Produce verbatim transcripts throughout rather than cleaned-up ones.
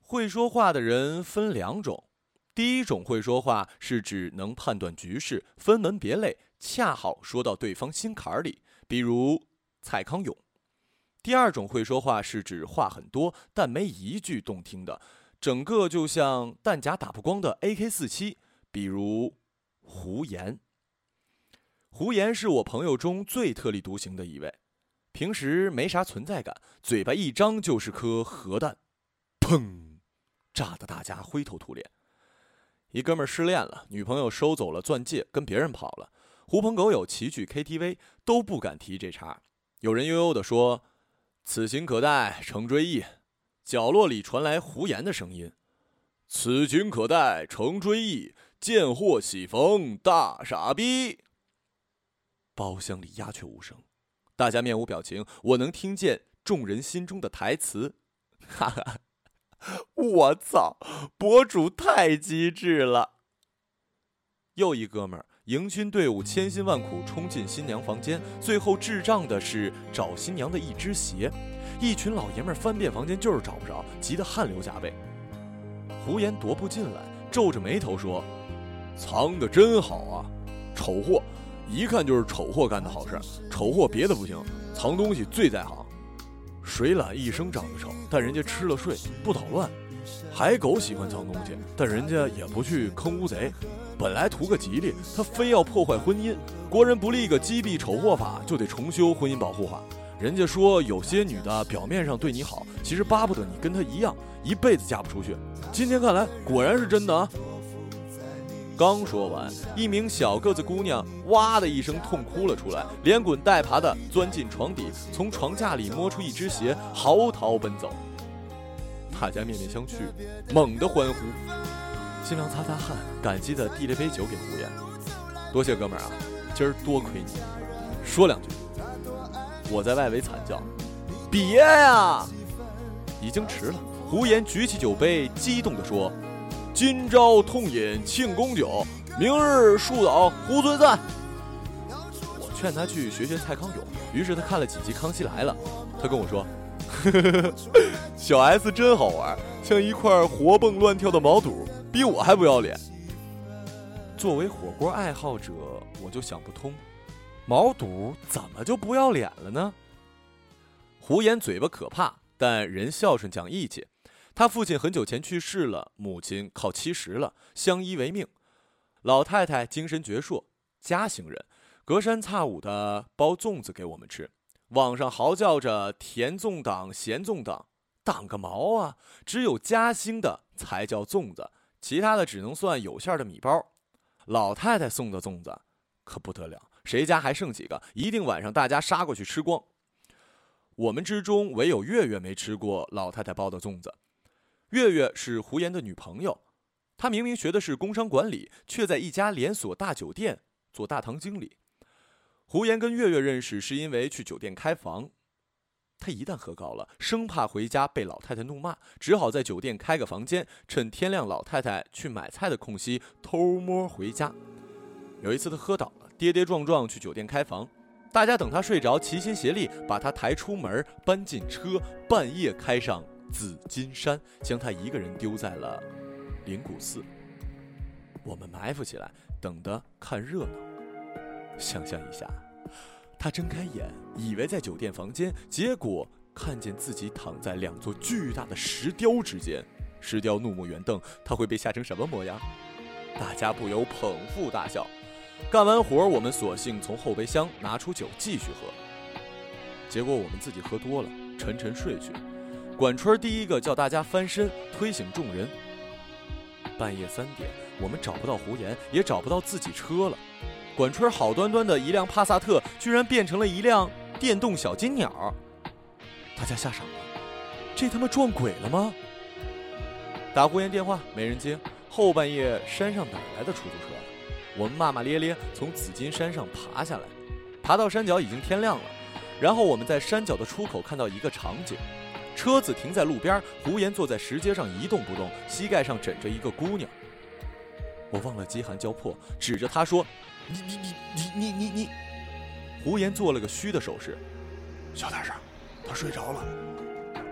会说话的人分两种，第一种会说话是指能判断局势，分门别类，恰好说到对方心坎里，比如蔡康永。第二种会说话是指话很多，但没一句动听的，整个就像弹夹打不光的 A K 四十七，比如胡言。胡言是我朋友中最特立独行的一位，平时没啥存在感，嘴巴一张就是颗核弹，砰，炸得大家灰头土脸。一哥们儿失恋了，女朋友收走了钻戒，跟别人跑了，狐朋狗友齐聚 K T V， 都不敢提这茬。有人悠悠地说：“此情可待成追忆。”角落里传来胡言的声音：“此情可待成追忆，见货喜逢大傻逼。”包厢里鸦雀无声，大家面无表情，我能听见众人心中的台词：“哈哈，我操，博主太机智了。”又一哥们儿迎亲队伍千辛万苦冲进新娘房间，最后智障的是找新娘的一只鞋，一群老爷们儿翻遍房间就是找不着，急得汗流浃背。胡言踱步进来，皱着眉头说：“藏得真好啊，丑货，一看就是丑货干的好事，丑货别的不行，藏东西最在行。水獭一生长得丑，但人家吃了睡不捣乱；海狗喜欢藏东西，但人家也不去坑乌贼。本来图个吉利，他非要破坏婚姻。国人不立个击毙丑货法，就得重修婚姻保护法。人家说有些女的表面上对你好，其实巴不得你跟她一样，一辈子嫁不出去。今天看来果然是真的啊。”刚说完，一名小个子姑娘哇的一声痛哭了出来，连滚带爬的钻进床底，从床架里摸出一只鞋，嚎啕奔走。大家面面相觑，猛地欢呼。新郎擦擦汗，感激地递了杯酒给胡言：“多谢哥们儿啊，今儿多亏你。说两句。”我在外围惨叫：“别呀！”已经迟了。胡言举起酒杯，激动地说：“今朝痛饮庆功酒，明日树倒猢狲散。”我劝他去学学蔡康永，于是他看了几集《康熙来了》，他跟我说：“呵呵呵，小 S 真好玩，像一块活蹦乱跳的毛肚，比我还不要脸。”作为火锅爱好者，我就想不通，毛肚怎么就不要脸了呢？胡言嘴巴可怕，但人孝顺讲义气。他父亲很久前去世了，母亲靠七十了，相依为命。老太太精神矍铄，嘉兴人，隔三差五的包粽子给我们吃。网上嚎叫着甜粽党、咸粽党，党个毛啊！只有嘉兴的才叫粽子，其他的只能算有馅的米包。老太太送的粽子可不得了，谁家还剩几个，一定晚上大家杀过去吃光。我们之中唯有月月没吃过老太太包的粽子。月月是胡言的女朋友，她明明学的是工商管理，却在一家连锁大酒店做大堂经理。胡言跟月月认识是因为去酒店开房，他一旦喝高了，生怕回家被老太太怒骂，只好在酒店开个房间，趁天亮老太太去买菜的空隙偷摸回家。有一次他喝倒了，跌跌撞撞去酒店开房，大家等他睡着，齐心协力把他抬出门，搬进车，半夜开上紫金山，将他一个人丢在了灵谷寺。我们埋伏起来，等着看热闹。想象一下，他睁开眼，以为在酒店房间，结果看见自己躺在两座巨大的石雕之间。石雕怒目圆瞪，他会被吓成什么模样？大家不由捧腹大笑。干完活，我们索性从后备箱拿出酒继续喝。结果我们自己喝多了，沉沉睡去。管春第一个叫大家翻身，推醒众人。半夜三点，我们找不到胡言，也找不到自己车了。管春好端端的一辆帕萨特，居然变成了一辆电动小金鸟。大家吓傻了，这他妈撞鬼了吗？打胡言电话没人接，后半夜山上哪来的出租车？我们骂骂咧咧从紫金山上爬下来，爬到山脚已经天亮了。然后我们在山脚的出口看到一个场景，车子停在路边，胡言坐在石阶上一动不动，膝盖上枕着一个姑娘。我忘了饥寒交迫，指着他说：“你你你你你你你！”胡言做了个虚的手势：“小点声，他睡着了。”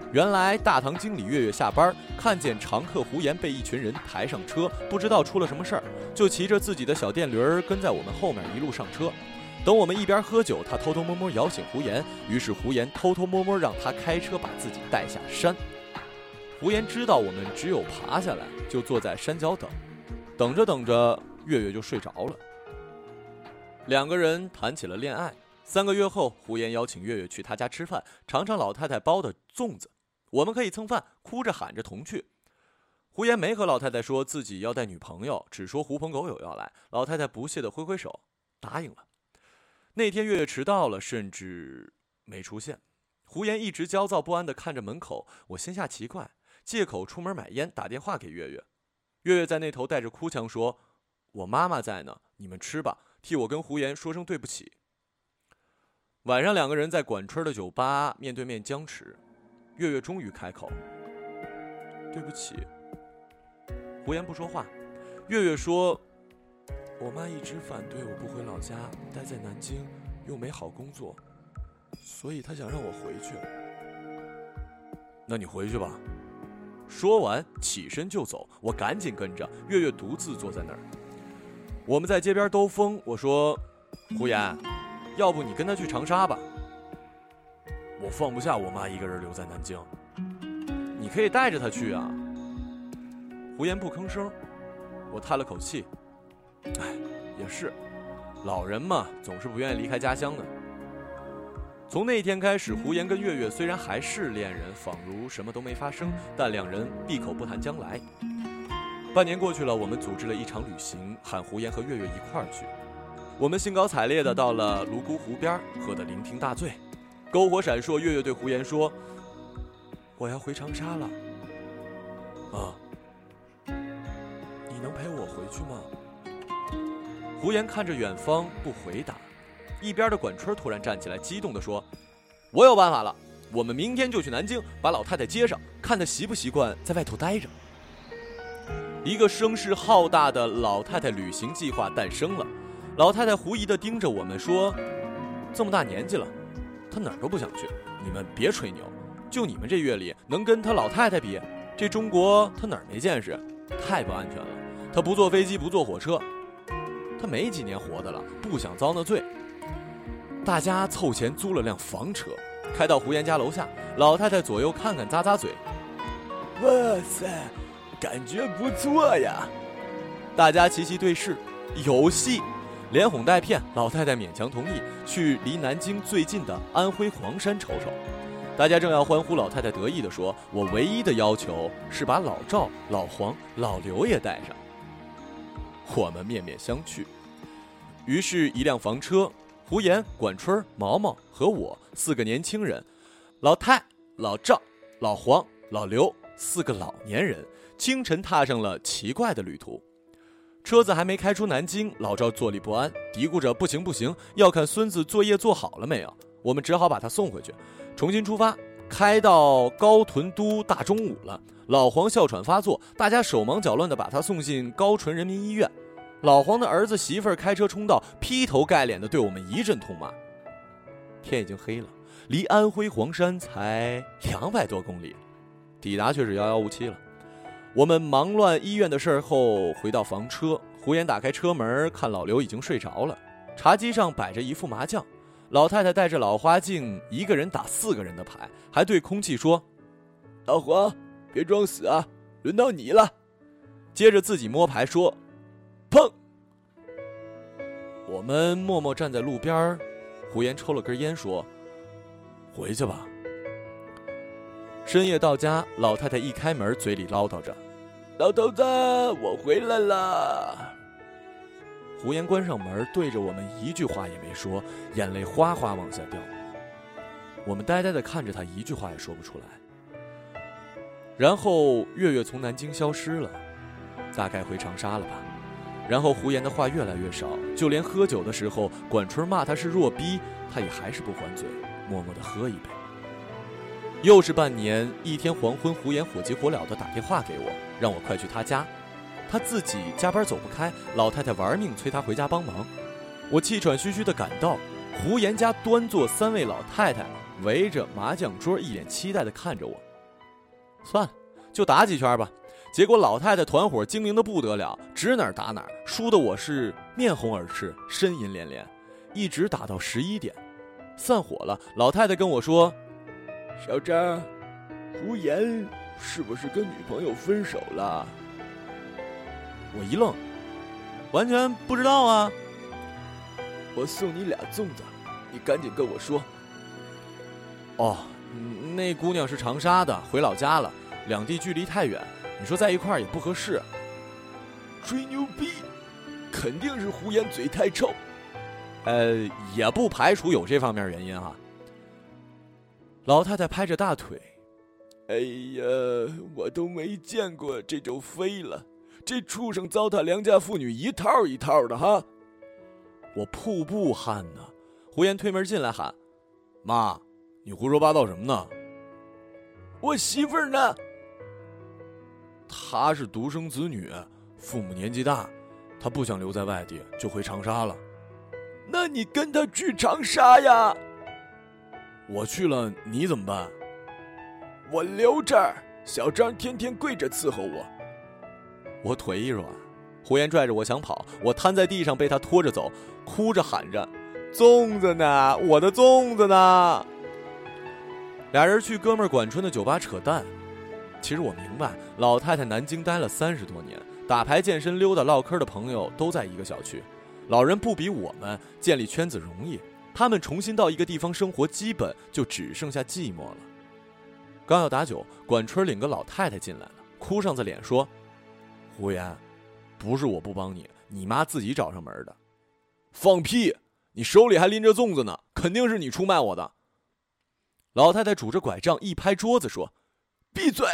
原来大堂经理月月下班，看见常客胡言被一群人抬上车，不知道出了什么事儿，就骑着自己的小电驴儿跟在我们后面一路上车。等我们一边喝酒，他偷偷摸摸摇醒胡言，于是胡言偷偷摸摸让他开车把自己带下山。胡言知道我们只有爬下来，就坐在山脚等，等着等着，月月就睡着了。两个人谈起了恋爱。三个月后，胡言邀请月月去他家吃饭，尝尝老太太包的粽子。我们可以蹭饭，哭着喊着同去。胡言没和老太太说自己要带女朋友，只说狐朋狗友要来。老太太不屑地挥挥手，答应了。那天月月迟到了，甚至没出现。胡言一直焦躁不安地看着门口，我心下奇怪，借口出门买烟，打电话给月月。月月在那头带着哭腔说：“我妈妈在呢，你们吃吧，替我跟胡言说声对不起。”晚上两个人在管春的酒吧面对面僵持，月月终于开口：“对不起。”胡言不说话。月月说：“我妈一直反对我不回老家，待在南京又没好工作，所以她想让我回去。”那你回去吧。说完起身就走，我赶紧跟着。月月独自坐在那儿。我们在街边兜风，我说：“胡言，要不你跟他去长沙吧。”我放不下我妈一个人留在南京。你可以带着她去啊。胡言不吭声。我叹了口气，哎，也是，老人嘛，总是不愿意离开家乡的。从那天开始，胡言跟月月虽然还是恋人，仿如什么都没发生，但两人闭口不谈将来。半年过去了，我们组织了一场旅行，喊胡言和月月一块儿去。我们兴高采烈地到了泸沽湖边，喝得酩酊大醉，篝火闪烁。月月对胡言说：“我要回长沙了。”啊，你能陪我回去吗？胡言看着远方不回答。一边的管春突然站起来，激动地说：“我有办法了，我们明天就去南京，把老太太接上，看她习不习惯在外头待着。”一个声势浩大的老太太旅行计划诞生了。老太太狐疑地盯着我们说：“这么大年纪了，她哪儿都不想去，你们别吹牛，就你们这阅历能跟她老太太比？这中国她哪儿没见识？太不安全了，她不坐飞机不坐火车，她没几年活的了，不想遭那罪。”大家凑钱租了辆房车，开到胡言家楼下。老太太左右看看，咂咂嘴：“哇塞，感觉不错呀！”大家齐齐对视，有戏。连哄带骗，老太太勉强同意去离南京最近的安徽黄山瞅瞅。大家正要欢呼，老太太得意地说：“我唯一的要求是把老赵、老黄、老刘也带上。”我们面面相觑。于是，一辆房车，胡言、管春、毛毛和我四个年轻人，老太、老赵、老黄、老刘四个老年人，清晨踏上了奇怪的旅途。车子还没开出南京，老赵坐立不安，嘀咕着不行不行，要看孙子作业做好了没有。我们只好把他送回去，重新出发。开到高屯都大中午了，老黄哮喘发作，大家手忙脚乱地把他送进高淳人民医院。老黄的儿子媳妇儿开车冲到，劈头盖脸地对我们一阵痛骂。天已经黑了，离安徽黄山才两百多公里，抵达却是遥遥无期了。我们忙乱医院的事后，回到房车，胡言打开车门，看老刘已经睡着了。茶几上摆着一副麻将，老太太带着老花镜，一个人打四个人的牌，还对空气说：“老黄，别装死啊，轮到你了。”接着自己摸牌说：“砰！”我们默默站在路边，胡言抽了根烟说：“回去吧。”深夜到家，老太太一开门，嘴里唠叨着：“老头子，我回来了。”胡言关上门，对着我们一句话也没说，眼泪哗哗往下掉。我们呆呆地看着他，一句话也说不出来。然后月月从南京消失了，大概回长沙了吧。然后胡言的话越来越少，就连喝酒的时候，管春骂他是弱逼，他也还是不还嘴，默默地喝一杯。又是半年，一天黄昏，胡言火急火燎地打电话给我，让我快去他家。他自己加班走不开，老太太玩命催他回家帮忙。我气喘吁吁地赶到胡言家，端坐三位老太太围着麻将桌，一脸期待地看着我。 算了，就打几圈吧。结果老太太团伙精明的不得了，指哪儿打哪儿，输得我是面红耳赤，呻吟连连，一直打到十一点。散伙了，老太太跟我说：“ 小张，胡言是不是跟女朋友分手了？” 我一愣，完全不知道啊。 我送你俩粽子，你赶紧跟我说。 哦，那姑娘是长沙的，回老家了，两地距离太远，你说在一块儿也不合适。 吹牛逼，肯定是胡言嘴太臭。 呃，也不排除有这方面原因啊。老太太拍着大腿， 哎呀，我都没见过这就飞了，这畜生糟蹋良家妇女一套一套的哈。 我瀑布汗呢。胡言推门进来喊：“妈，你胡说八道什么呢？” 我媳妇儿呢？ 她是独生子女，父母年纪大，她不想留在外地，就回长沙了。 那你跟她去长沙呀？ 我去了，你怎么办？ 我留这儿，小张天天跪着伺候我。 我腿一软，胡言拽着我想跑，我瘫在地上被他拖着走，哭着喊着：“粽子呢？我的粽子呢？”俩人去哥们儿管春的酒吧扯淡。其实我明白，老太太南京待了三十多年，打牌、健身、溜达、唠嗑的朋友都在一个小区。老人不比我们建立圈子容易，他们重新到一个地方生活，基本就只剩下寂寞了。刚要打酒，管春领个老太太进来了，哭丧着脸说：“胡言，不是我不帮你，你妈自己找上门的。”放屁！你手里还拎着粽子呢，肯定是你出卖我的。老太太拄着拐杖一拍桌子说：“ 闭嘴！”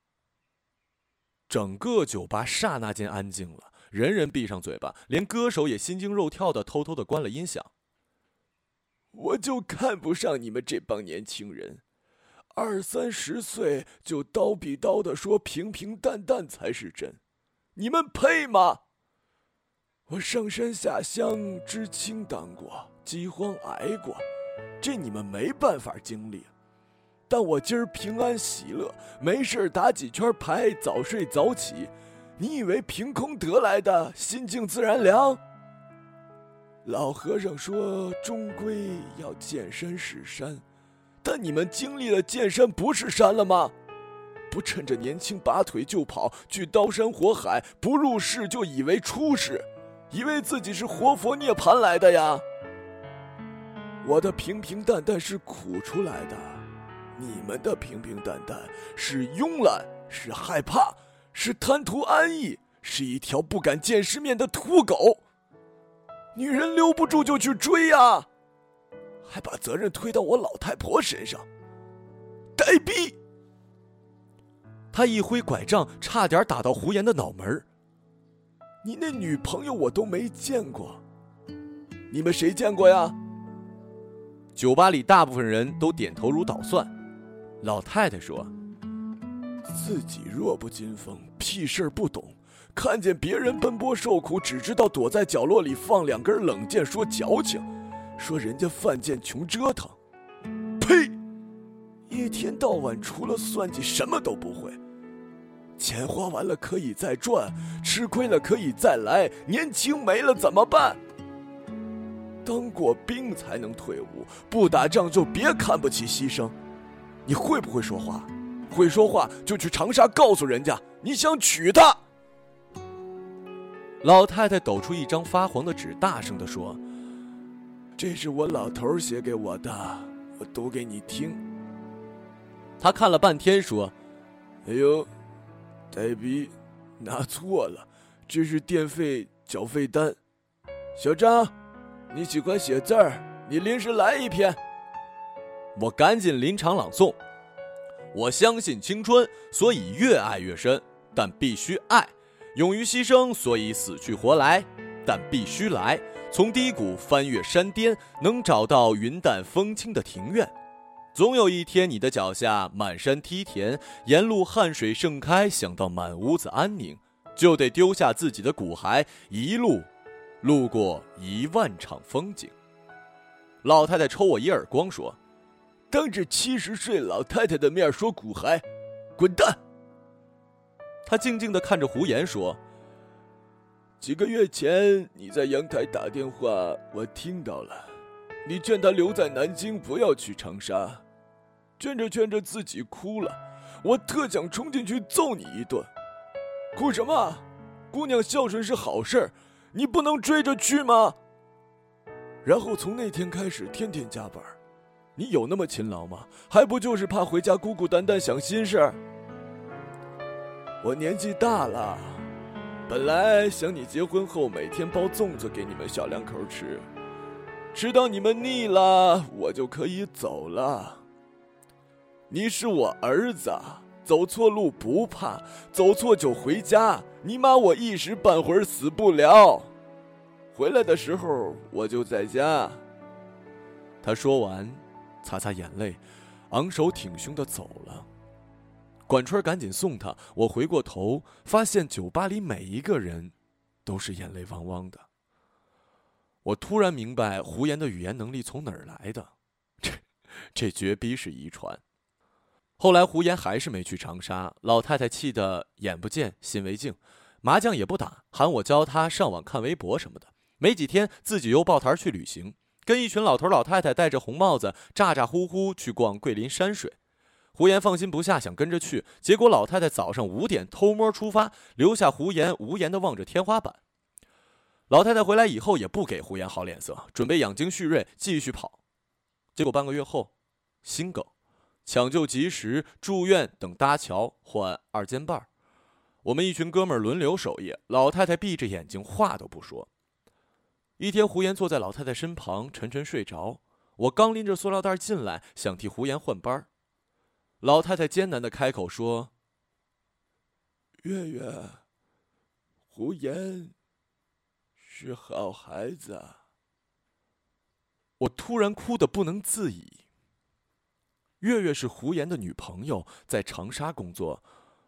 整个酒吧刹那间安静了，人人闭上嘴巴，连歌手也心惊肉跳的偷偷的关了音响。 我就看不上你们这帮年轻人，二三十岁就叨逼叨的说平平淡淡才是真，你们配吗？我上山下乡，知青当过，饥荒挨过，这你们没办法经历。但我今儿平安喜乐，没事打几圈牌，早睡早起，你以为凭空得来的，心静自然凉？老和尚说终归要见山是山，但你们经历了见山不是山了吗？不趁着年轻拔腿就跑，去刀山火海，不入世就以为出世，以为自己是活佛涅槃来的呀。我的平平淡淡是苦出来的，你们的平平淡淡是慵懒，是害怕，是贪图安逸，是一条不敢见世面的土狗。女人留不住就去追呀，还把责任推到我老太婆身上，呆逼！ 他一挥拐杖，差点打到胡言的脑门。 你那女朋友我都没见过，你们谁见过呀？ 酒吧里大部分人都点头如捣蒜。老太太说：“ 自己弱不禁风，屁事儿不懂，看见别人奔波受苦，只知道躲在角落里放两根冷箭，说矫情，说人家犯贱穷折腾。呸！一天到晚除了算计什么都不会。钱花完了可以再赚，吃亏了可以再来，年轻没了怎么办？当过兵才能退伍，不打仗就别看不起牺牲。你会不会说话？会说话就去长沙告诉人家你想娶她。” 老太太抖出一张发黄的纸，大声地说：“ 这是我老头写给我的，我读给你听。” 他看了半天说：“ 哎呦，呆逼，拿错了，这是电费缴费单。小张，你喜欢写字儿，你临时来一篇。” 我赶紧临场朗诵：“我相信青春，所以越爱越深，但必须爱；勇于牺牲，所以死去活来，但必须来。从低谷翻越山巅，能找到云淡风轻的庭院。总有一天，你的脚下满山梯田，沿路汗水盛开，想到满屋子安宁，就得丢下自己的骨骸，一路路过一万场风景。”老太太抽我一耳光说：“ 当着七十岁老太太的面说骨骸， 滚蛋！ 他静静地看着胡言说： 几个月前你在阳台打电话，我听到了。你劝他留在南京，不要去长沙，劝着劝着自己哭了，我特想冲进去揍你一顿。哭什么？姑娘孝顺是好事，你不能追着去吗？然后从那天开始天天加班，你有那么勤劳吗？还不就是怕回家孤孤单单想心事？我年纪大了，本来想你结婚后每天包粽子给你们小两口吃，吃到你们腻了，我就可以走了。你是我儿子，走错路不怕，走错就回家，你骂我一时半会儿死不了。回来的时候我就在家。 他说完，擦擦眼泪，昂首挺胸地走了。管春赶紧送他，我回过头，发现酒吧里每一个人都是眼泪汪汪的。我突然明白胡言的语言能力从哪儿来的，这这绝逼是遗传。后来胡言还是没去长沙，老太太气得眼不见心为净，麻将也不打，喊我教她上网看微博什么的。没几天自己又抱团去旅行，跟一群老头老太太戴着红帽子咋咋呼呼去逛桂林山水。胡言放心不下，想跟着去，结果老太太早上五点偷摸出发，留下胡言无言地望着天花板。老太太回来以后也不给胡言好脸色，准备养精蓄锐继续跑。结果半个月后，心梗，抢救及时，住院等搭桥换二尖瓣。我们一群哥们儿轮流守夜，老太太闭着眼睛话都不说。一天胡言坐在老太太身旁沉沉睡着，我刚拎着塑料袋进来，想替胡言换班。老太太艰难地开口说： 月月，胡言是好孩子。 我突然哭得不能自已。月月是胡言的女朋友，在长沙工作，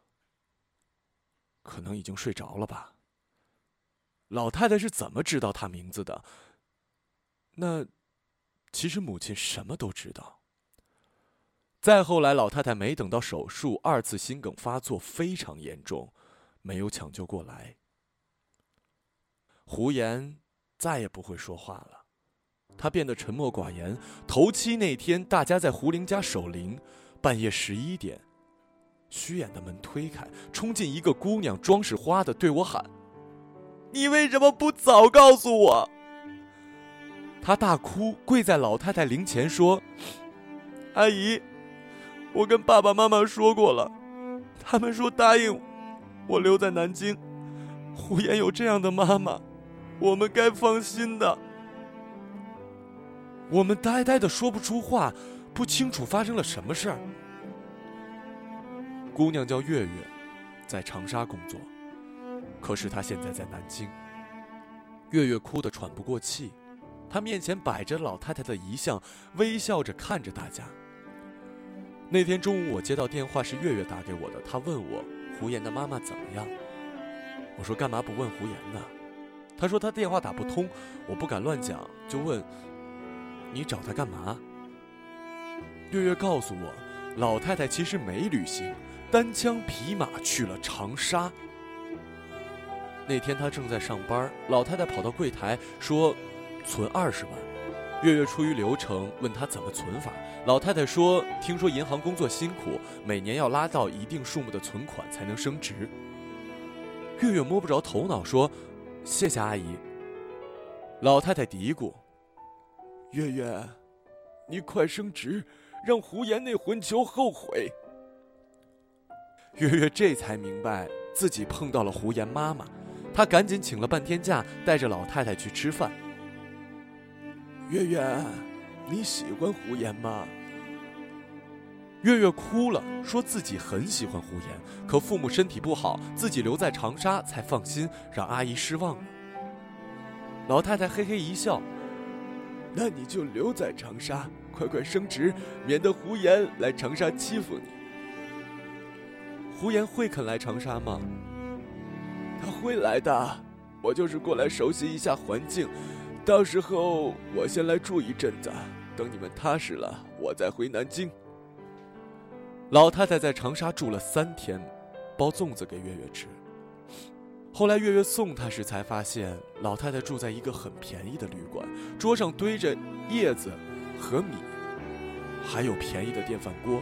可能已经睡着了吧。老太太是怎么知道她名字的？那其实母亲什么都知道。再后来，老太太没等到手术，二次心梗发作非常严重，没有抢救过来。胡言再也不会说话了，他变得沉默寡言。头七那天，大家在胡玲家守灵，半夜十一点，虚掩的门推开，冲进一个姑娘，装饰花的对我喊：你为什么不早告诉我？她大哭，跪在老太太灵前说：阿姨，我跟爸爸妈妈说过了，他们说答应我留在南京。胡言有这样的妈妈，我们该放心的。我们呆呆的说不出话，不清楚发生了什么事儿。姑娘叫月月，在长沙工作，可是她现在在南京。月月哭得喘不过气，她面前摆着老太太的遗像，微笑着看着大家。那天中午我接到电话，是月月打给我的，她问我胡言的妈妈怎么样。我说干嘛不问胡言呢？她说她电话打不通，我不敢乱讲，就问你找她干嘛。月月告诉我，老太太其实没旅行，单枪匹马去了长沙。那天她正在上班，老太太跑到柜台说存二十万。月月出于流程问她怎么存法，老太太说听说银行工作辛苦，每年要拉到一定数目的存款才能升职。月月摸不着头脑说谢谢阿姨。老太太嘀咕： 月月，你快升职，让胡言那混球后悔。 月月这才明白自己碰到了胡言妈妈，她赶紧请了半天假，带着老太太去吃饭。 月月，你喜欢胡言吗？ 月月哭了，说自己很喜欢胡言，可父母身体不好，自己留在长沙才放心，让阿姨失望了。老太太嘿嘿一笑： 那你就留在长沙，快快升职，免得胡言来长沙欺负你。 胡言会肯来长沙吗？ 他会来的，我就是过来熟悉一下环境，到时候我先来住一阵子，等你们踏实了，我再回南京。 老太太在长沙住了三天，包粽子给月月吃。后来月月送她时才发现，老太太住在一个很便宜的旅馆，桌上堆着叶子和米，还有便宜的电饭锅。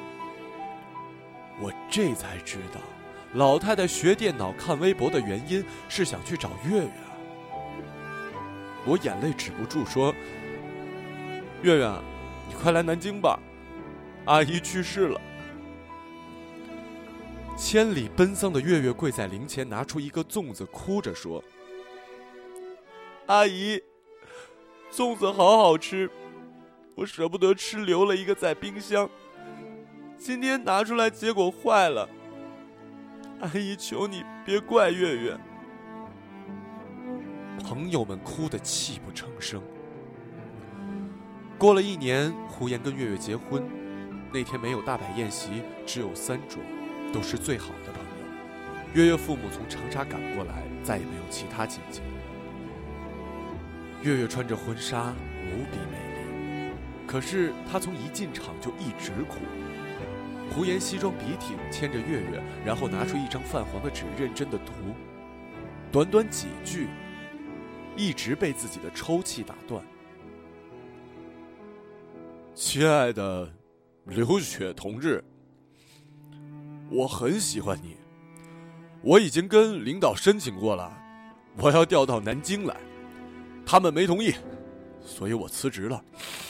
我这才知道，老太太学电脑看微博的原因是想去找月月。我眼泪止不住说：月月，你快来南京吧，阿姨去世了。千里奔丧的月月跪在灵前，拿出一个粽子，哭着说：阿姨，粽子好好吃，我舍不得吃，留了一个在冰箱，今天拿出来结果坏了，阿姨求你别怪月月。朋友们哭得泣不成声。过了一年，胡言跟月月结婚，那天没有大摆宴席，只有三桌，都是最好的朋友。月月父母从长沙赶过来，再也没有其他亲戚。月月穿着婚纱无比美丽，可是她从一进场就一直哭。胡言西装笔挺牵着月月，然后拿出一张泛黄的纸，认真的读。短短几句，一直被自己的抽泣打断。亲爱的刘雪同志，我很喜欢你，我已经跟领导申请过了，我要调到南京来，他们没同意，所以我辞职了。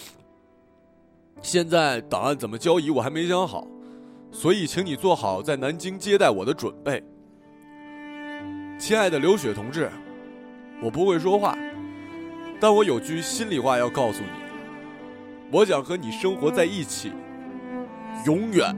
现在档案怎么交移我还没想好，所以请你做好在南京接待我的准备。亲爱的刘雪同志，我不会说话，但我有句心里话要告诉你，我想和你生活在一起，永远。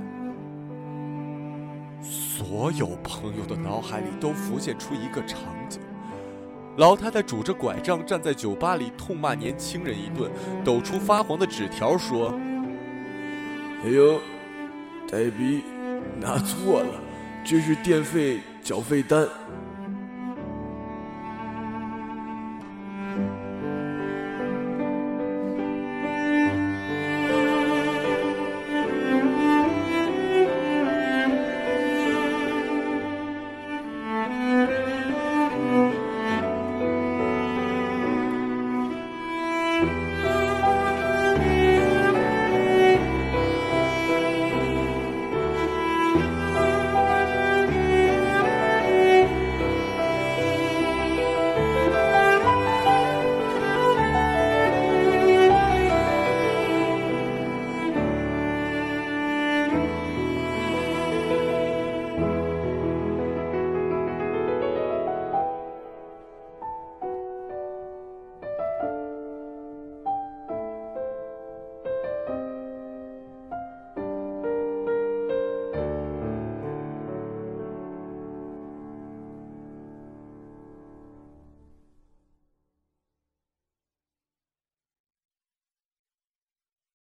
所有朋友的脑海里都浮现出一个场景，老太太拄着拐杖站在酒吧里痛骂年轻人一顿，抖出发黄的纸条说： 哎呦，代笔拿错了，这是电费缴费单。